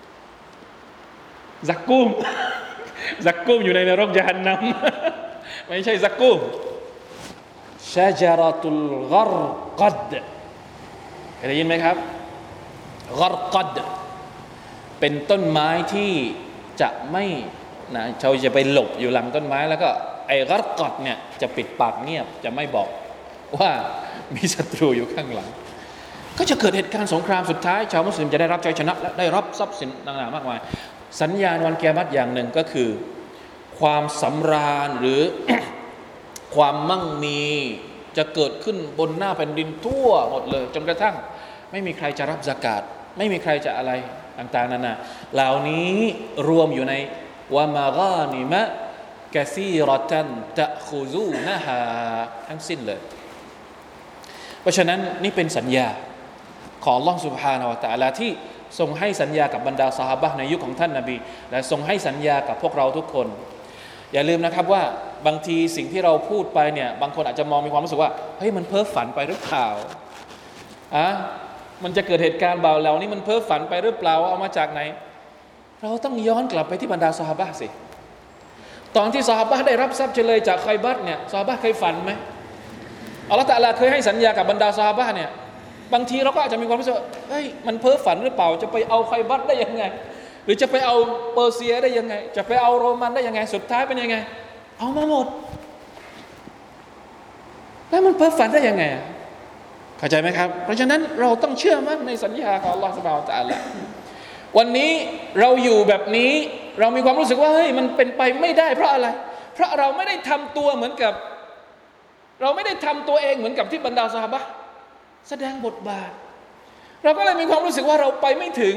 ซักกุมอยู่ในนรกญะฮันนัมไม่ใช่ซักกุมชะจาระตุลกัรกัดเคยได้ยินไหมครับกัรกัดเป็นต้นไม้ที่จะไม่นะเราจะไปหลบอยู่หลังต้นไม้แล้วก็ไอ้กัรกัดเนี่ยจะปิดปากเงียบจะไม่บอกว่ามีศัตรูอยู่ข้างหลังก็จะเกิดเหตุการณ์สงครามสุดท้ายชาวมุสลิมจะได้รับชัยชนะและได้รับทรัพย์สินต่างๆมากมายสัญญาณวันกิยามะฮ์อย่างหนึ่งก็คือความสำราญหรือ ความมั่งมีจะเกิดขึ้นบนหน้าแผ่นดินทั่วหมดเลยจนกระทั่งไม่มีใครจะรับซะกาตไม่มีใครจะอะไรต่างๆนานาเหล่านี้รวมอยู่ในวะมะฆานิมะกะซีเราะตันตะคุซูนะฮาทั้งสิ้นเลยเพราะฉะนั้นนี่เป็นสัญญาของอัลเลาะห์ซุบฮานะฮูวะตะอาลาที่ทรงให้สัญญากับบรรดาซอฮาบะห์ในยุคของท่านนบีและทรงให้สัญญากับพวกเราทุกคนอย่าลืมนะครับว่าบางทีสิ่งที่เราพูดไปเนี่ยบางคนอาจจะมองมีความรู้สึกว่าเฮ้ยมันเพ้อฝันไปหรือเปล่ามันจะเกิดเหตุการณ์เบาเหล่านี้มันเพ้อฝันไปหรือเปล่าเอามาจากไหนเราต้องย้อนกลับไปที่บรรดาซอฮาบะห์สิตอนที่ซอฮาบะห์ได้รับทรัพย์เฉลยจากคอยบัรเนี่ยซอฮาบะห์เคยฝันไหมอัลเลาะห์ตะอาลาเคยให้สัญญากับบรรดาซอฮาบะห์เนี่ยบางทีเราก็อาจจะมีความรู้สึกว่าเฮ้ยมันเพ้อฝันหรือเปล่าจะไปเอาคอยบัรได้ยังไงหรือจะไปเอาเปอร์เซียได้ยังไงจะไปเอาโรมันได้ยังไงสุดท้ายเป็นยังไงเอามาหมดแล้วมันเพ้อฝันได้ยังไงเข้าใจไหมครับเพราะฉะนั้นเราต้องเชื่อมั่นในสัญญาของอัลเลาะห์ซุบฮานะฮูวะตะอาลาวันนี้เราอยู่แบบนี้เรามีความรู้สึกว่าเฮ้ยมันเป็นไปไม่ได้เพราะอะไรเพราะเราไม่ได้ทำตัวเหมือนกับเราไม่ได้ทำตัวเองเหมือนกับที่บรรดาซอฮาบะห์แสดงบทบาทเราก็เลยมีความรู้สึกว่าเราไปไม่ถึง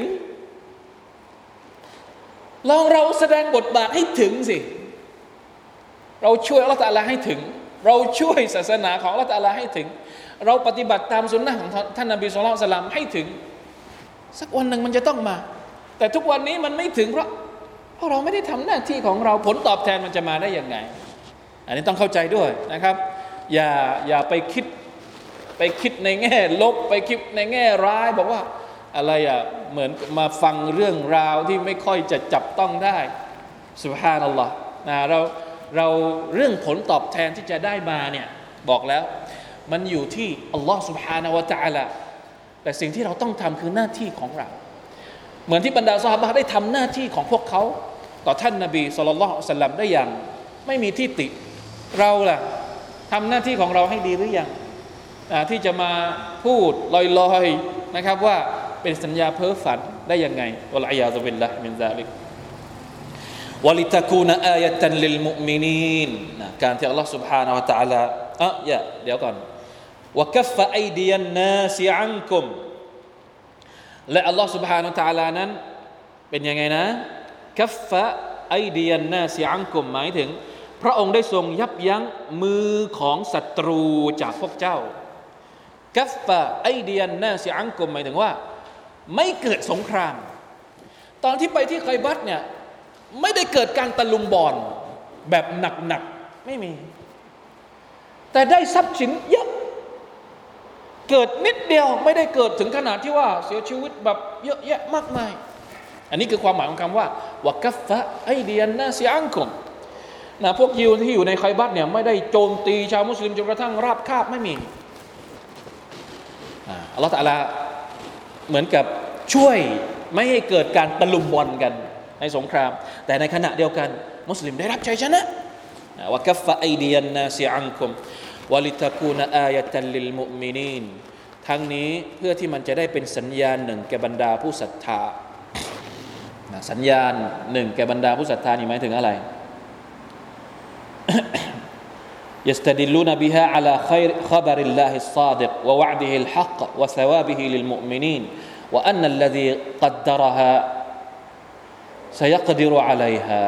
ลองเราแสดงบทบาทให้ถึงสิเราช่วยอัลเลาะห์ตะอาลาให้ถึงเราช่วยศาสนาของอัลเลาะห์ตะอาลาให้ถึงเราปฏิบัติตามสุนนะของท่านนบีศ็อลลัลลอฮุอะลัยฮิวะซัลลัมให้ถึงสักวันหนึ่งมันจะต้องมาแต่ทุกวันนี้มันไม่ถึงเพราะเราไม่ได้ทำหน้าที่ของเราผลตอบแทนมันจะมาได้ยังไงอันนี้ต้องเข้าใจด้วยนะครับอย่าไปคิดในแง่ลบไปคิดในแง่ร้ายบอกว่าอะไรเหมือนมาฟังเรื่องราวที่ไม่ค่อยจะจับต้องได้ซุบฮานัลลอฮ์นะเราเรื่องผลตอบแทนที่จะได้มาเนี่ยบอกแล้วมันอยู่ที่อัลลอฮ์ซุบฮานะฮูวะตะอาลาแต่สิ่งที่เราต้องทำคือหน้าที่ของเราเหมือนที่บรรดาซอฮาบะห์ได้ทำหน้าที่ของพวกเขาต่อท่านนบีศ็อลลัลลอฮุอะลัยฮิวะซัลลัมได้อย่างไม่มีที่ติเราล่ะทำหน้าที่ของเราให้ดีหรือยังที่จะมาพูดลอยๆนะครับว่าเป็นสัญญาเพ้อฝันได้ยังไงวะลัยยาซุบิลลาฮิมินซาลิกวะลิตะกูนอายะตันลิลมุอ์มินีนการที่อัลลอฮฺ سبحانه และ تعالى เดี๋ยวก่อนวะกัฟฟะอัยดียันนาซิอันกุมและอัลลอฮฺ سبحانه และ تعالى นั้นเป็นยังไงนะกัฟฟะอัยดียันนาซิอันกุมหมายถึงพระองค์ได้ทรงยับยั้งมือของศัตรูจากพวกเจ้ากัฟฟะอัยดียันนาซิอันกุมหมายถึงว่าไม่เกิดสงครามตอนที่ไปที่ไคบัรเนี่ยไม่ได้เกิดการตะลุมบอลแบบหนักๆไม่มีแต่ได้ทรัพย์สินเยอะเกิดนิดเดียวไม่ได้เกิดถึงขนาดที่ว่าเสียชีวิตแบบเยอะแยะมากมายอันนี้คือความหมายของคำว่าวะกัฟฟะอัยดียันนาซิอันกุมนะพวกยิวที่อยู่ในไคบัรเนี่ยไม่ได้โจมตีชาวมุสลิมจนกระทั่งราบคาบไม่มีอัลลอฮฺตะอาลาเหมือนกับช่วยไม่ให้เกิดการตะลุมบอลกันในสงครามแต่ในขณะเดียวกันมุสลิมได้รับชัยชนะวะกัฟฟะอัยดียันนาซิอันกุมวะลิตะกูนอายะตันลิลมุอ์มินีนทั้งนี้เพื่อที่มันจะได้เป็นสัญญาณหนึ่งแก่บรรดาผู้ศรัทธาสัญญาณหนึ่งแก่บรรดาผู้ศรัทธานี่หมายถึงอะไรيستدلون بها على خبر الله الصادق ووعده الحق وثوابه للمؤمنين وأن الذي قدرها سيقدر عليها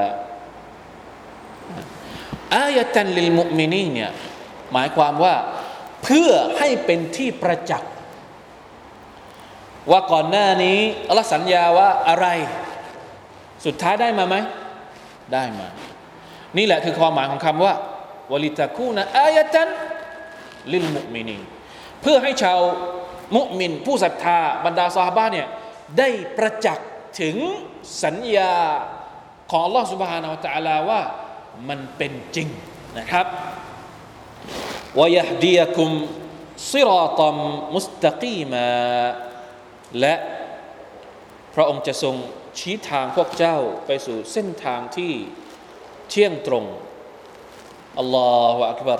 آية للمؤمنين เนี่ยหมายความว่าเพื่อให้เป็นที่ประจักษ์ว่าก่อนหน้านี้อัลเลาะห์สัญญาว่าอะไรสุดท้ายได้มาไหมได้มานี่แหละคือความหมายของคำว่าวะลิตะกูนอายะตันลิลมุอ์มินีนเพื่อให้ชาวมุมินผู้ศรัทธาบรรดาซอฮาบะห์เนี่ยได้ประจักษ์ถึงสัญญาของอัลลอฮฺ سبحانه และ تعالى ว่ามันเป็นจริงนะครับวะยะฮดียะกุมศิราตัมมุสตะกีมาและพระองค์จะทรงชี้ทางพวกเจ้าไปสู่เส้นทางที่เที่ยงตรงอัลลอฮฺอักบัร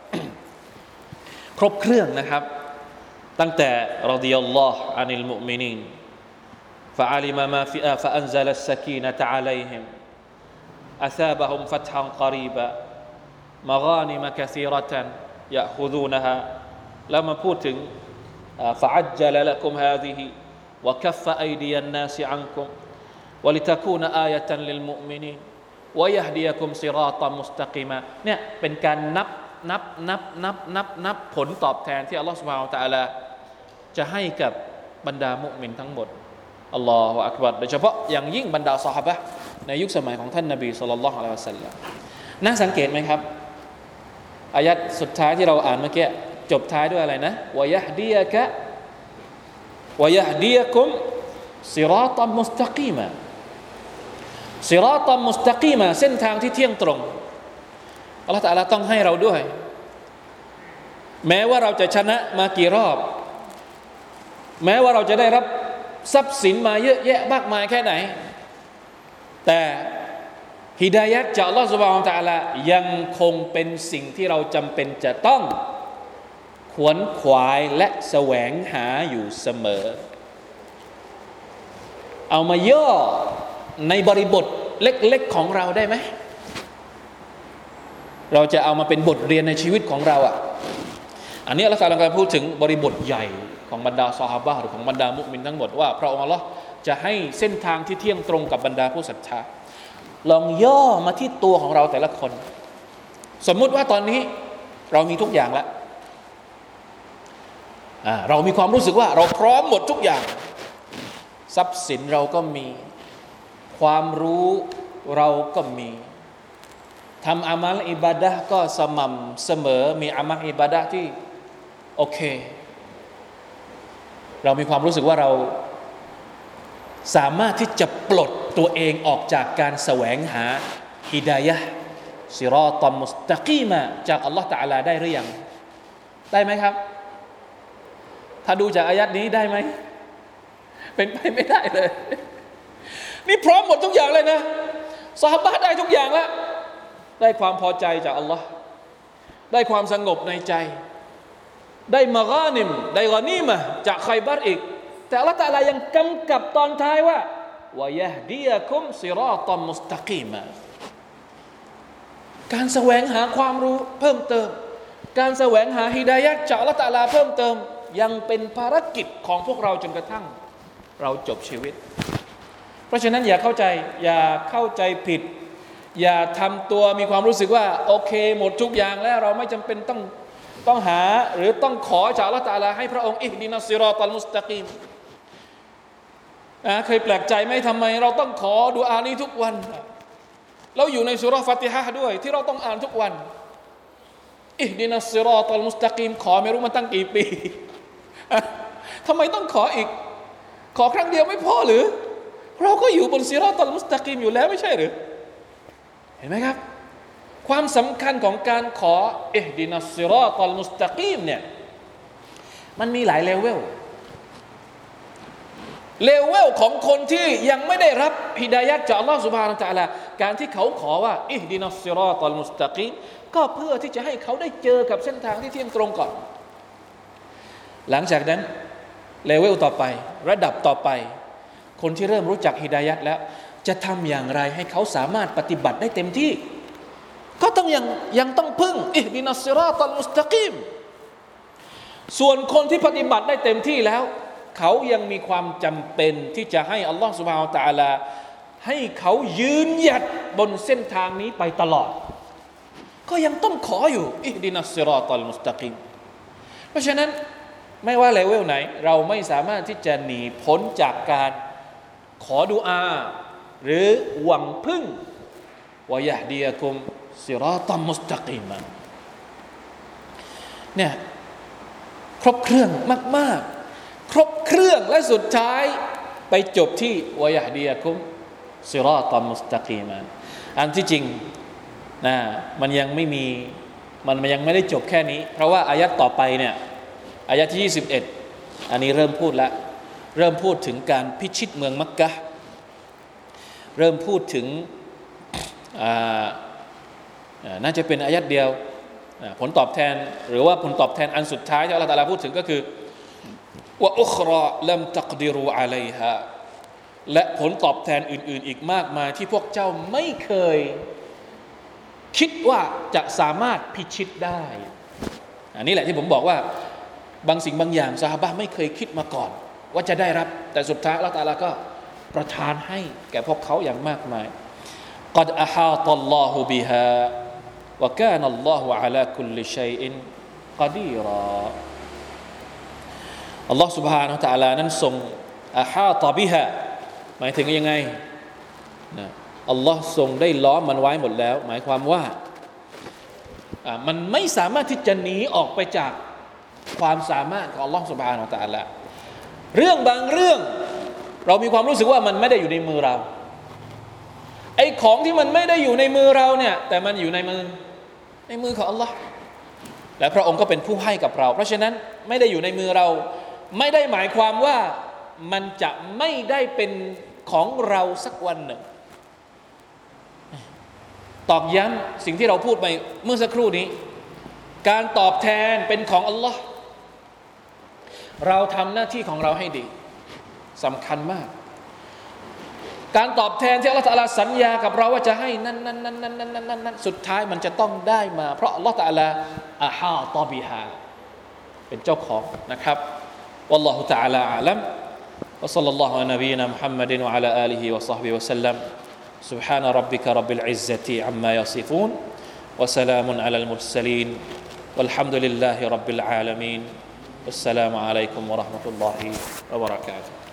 ครบเครื่องนะครับตั้งแต่รอฎิยัลลอฮุอานิลมุอ์มินีนفعلم ما في فأنزل السكينة عليهم أثابهم فتحا قريبا مغانم كثيرة يأخذونها لما พูดถึง فعجل لكم هذه وكف أيدي الناس عنكم ولتكون آية للمؤمنين ويهديكم صراطا مستقيما เนี่ยเป็นการนับผลตอบแทนที่อัลลอฮฺซุบฮานะฮูวะตะอาลาจะให้กับบรรดามุมินทั้งหมดอัลลอฮฺอักบัรโดยเฉพาะอย่างยิ่งบรรดาซอฮาบะห์ในยุคสมัยของท่านนบีศ็อลลัลลอฮุอะลัยฮิวะซัลลัมน่าสังเกตไหมครับอายัดสุดท้ายที่เราอ่านเมื่อกี้จบท้ายด้วยอะไรนะวะยะฮดียะกุมศิราตัมมุสตะกีมาศิราตัมมุสตะกีมาเส้นทางที่เที่ยงตรงอัลเลาะห์ตะอาลาต้องให้เราด้วยแม้ว่าเราจะชนะมากี่รอบแม้ว่าเราจะได้รับทรัพย์สินมาเยอะแยะมากมายแค่ไหนแต่ฮิดายะห์จากอัลเลาะห์ซุบฮานะฮูวะตะอาลายังคงเป็นสิ่งที่เราจำเป็นจะต้องขวนขวายและแสวงหาอยู่เสมอเอามาย่อในบริบทเล็กๆของเราได้ไหมเราจะเอามาเป็นบทเรียนในชีวิตของเราอันนี้อัลเลาะห์ตะอาลากำลังพูดถึงบริบทใหญ่ของบรรดาซอฮาบะห์หรือของบรรดามุมินทั้งหมดว่าพระองค์อัลเลาะห์จะให้เส้นทางที่เที่ยงตรงกับบรรดาผู้ศรัทธาลองย่อมาที่ตัวของเราแต่ละคนสมมุติว่าตอนนี้เรามีทุกอย่างแล้วเรามีความรู้สึกว่าเราพร้อมหมดทุกอย่างทรัพย์สินเราก็มีความรู้เราก็มีทำอามัลอิบาดะห์ก็สม่ำเสมอมีอามัลอิบาดะห์ที่โอเคเรามีความรู้สึกว่าเราสามารถที่จะปลดตัวเองออกจากการแสวงหาฮิดายะห์ซิรอฏอมมุสตะกีมะจากอัลลอฮฺตะอาลาได้หรือยังได้ไหมครับถ้าดูจากอายัดนี้ได้ไหมเป็นไปไม่ได้เลยนี่พร้อมหมดทุกอย่างเลยนะซอฮาบะห์ได้ทุกอย่างแล้วได้ความพอใจจากอัลลอฮ์ได้ความสงบในใจได้มะฆานิมได้กอนีมะห์จากไคบัรอีกแต่อัลลอฮ์ตะอาลายังกำกับตอนท้ายว่าวะยะฮดียะกุมซิรอฏอมมุสตะกีมะการแสวงหาความรู้เพิ่มเติมการแสวงหาฮิดายะห์จากอัลลอฮ์ตะอาลาเพิ่มเติมยังเป็นภารกิจของพวกเราจนกระทั่งเราจบชีวิตเพราะฉะนั้นอย่าเข้าใจผิดอย่าทำตัวมีความรู้สึกว่าโอเคหมดทุกอย่างแล้วเราไม่จำเป็นต้องหาหรือต้องขอจากอัลเลาะห์ตะอาลาให้พระองค์อิฮดินัสซิรอฏอลมุสตะกีมเคยแปลกใจไหมทำไมเราต้องขอดุอานี้ทุกวันเราอยู่ในซูเราะห์ฟาติฮะห์ด้วยที่เราต้องอ่านทุกวันอิฮดินัสซิรอฏอลมุสตะกีมขอไม่รู้มาตั้งกี่ปีทำไมต้องขออีกขอครั้งเดียวไม่พอหรือเราก็อยู่บนซิรอฏอลมุสตะกีมอยู่แล้วไม่ใช่หรือเห็นไหมครับความสำคัญของการขออิฮดินัสซิรอฏอลมุสตะกีมเนี่ยมันมีหลายเลเวลของคนที่ยังไม่ได้รับฮิดายะห์จากอัลลอฮฺซุบฮานะฮูวะตะอาลาการที่เขาขอว่าอิฮดินัสซิรอฏอลมุสตะกีมก็เพื่อที่จะให้เขาได้เจอกับเส้นทางที่เที่ยงตรงก่อนหลังจากนั้นเลเวลต่อไประดับต่อไปคนที่เริ่มรู้จักฮิดายะห์แล้วจะทำอย่างไรให้เขาสามารถปฏิบัติได้เต็มที่ก็ต้องยังต้องพึ่งอิฮดินัสซิรอฏอลมุสตะกีมส่วนคนที่ปฏิบัติได้เต็มที่แล้วเขายังมีความจำเป็นที่จะให้อัลลอฮฺซุบฮานะฮูวะตะอาลาให้เขายืนหยัดบนเส้นทางนี้ไปตลอดก็ยังต้องขออยู่อิฮดินัสซิรอฏอลมุสตะกีมเพราะฉะนั้นไม่ว่าเลเวลไหนเราไม่สามารถที่จะหนีพ้นจากการขอดุอาหรือหวังพึ่งวะยะฮดียะกุมซิรอฏอมมุสตะกีมะเนี่ยครบเครื่องมากๆครบเครื่องและสุดท้ายไปจบที่วะยะฮดียะกุมซิรอฏอมมุสตะกีมะอันที่จริงนะมันยังไม่ได้จบแค่นี้เพราะว่าอายัดต่อไปเนี่ยอายะที่21อันนี้เริ่มพูดแล้วเริ่มพูดถึงการพิชิตเมืองมักกะห์เริ่มพูดถึงน่าจะเป็นอายัดเดียวผลตอบแทนหรือว่าผลตอบแทนอันสุดท้ายที่อัลเลาะห์ตะอาลาพูดถึงก็คือวะอุครอลัมตักดิรูอะลัยฮาและผลตอบแทนอื่นๆอีกมากมายที่พวกเจ้าไม่เคยคิดว่าจะสามารถพิชิตได้อันนี้แหละที่ผมบอกว่าบางสิ่งบางอย่างซอฮาบะห์ไม่เคยคิดมาก่อนว่าจะได้รับแต่สุดท้ายอัลเลาะห์ตะอาลาก็ประทานให้แก่พวกเขาอย่างมากมายกัดอะฮาตัลลอฮุบิฮาวะกานัลลอฮุอะลาคุลลิชัยอินกอดีรออัลลอฮ์ سبحانه และ تعالى นั้นทรงอะฮาตะบิฮาหมายถึงยังไงนะอัลลอฮ์ทรงได้ล้อมมันไว้หมดแล้วหมายความว่ามันไม่สามารถที่จะหนีออกไปจากความสามารถของอัลลอฮ์ سبحانه และ تعالى เรื่องบางเรื่องเรามีความรู้สึกว่ามันไม่ได้อยู่ในมือเราไอ้ของที่มันไม่ได้อยู่ในมือเราเนี่ยแต่มันอยู่ในมือของอัลลอฮ์และพระองค์ก็เป็นผู้ให้กับเราเพราะฉะนั้นไม่ได้อยู่ในมือเราไม่ได้หมายความว่ามันจะไม่ได้เป็นของเราสักวันหนึ่งตอกย้ำสิ่งที่เราพูดไปเมื่อสักครู่นี้การตอบแทนเป็นของอัลลอฮ์เราทำหน้าที่ของเราให้ดีสำคัญมากการตอบแทนที่อัลลอฮฺตะอาลาสัญญากับเราว่าจะให้นั้นสุดท้ายมันจะต้องได้มาเพราะอัลลอฮฺตะอาลาอะฮาตอบิฮาเป็นเจ้าของนะครับวัลลอฮุตะอาลาอะลัมวะศ็อลลัลลอฮุอะลัยฮิวะซัลลัมอะนบีนะมุฮัมมัดวะอะลาอาลิฮิวะศอฮบิฮิวะซัลลัมซุบฮานะร็อบบิกะร็อบบิลอิซซะติอัมมายัศิฟูนวะสลามุนอะลัลมุรสลีนวัลฮัมดุลิลลาฮิร็อบบิลอาลามีนวัสสลามุอะลัยกุมวะเราะห์มะตุลลอฮิวะบะเราะกาตุฮ์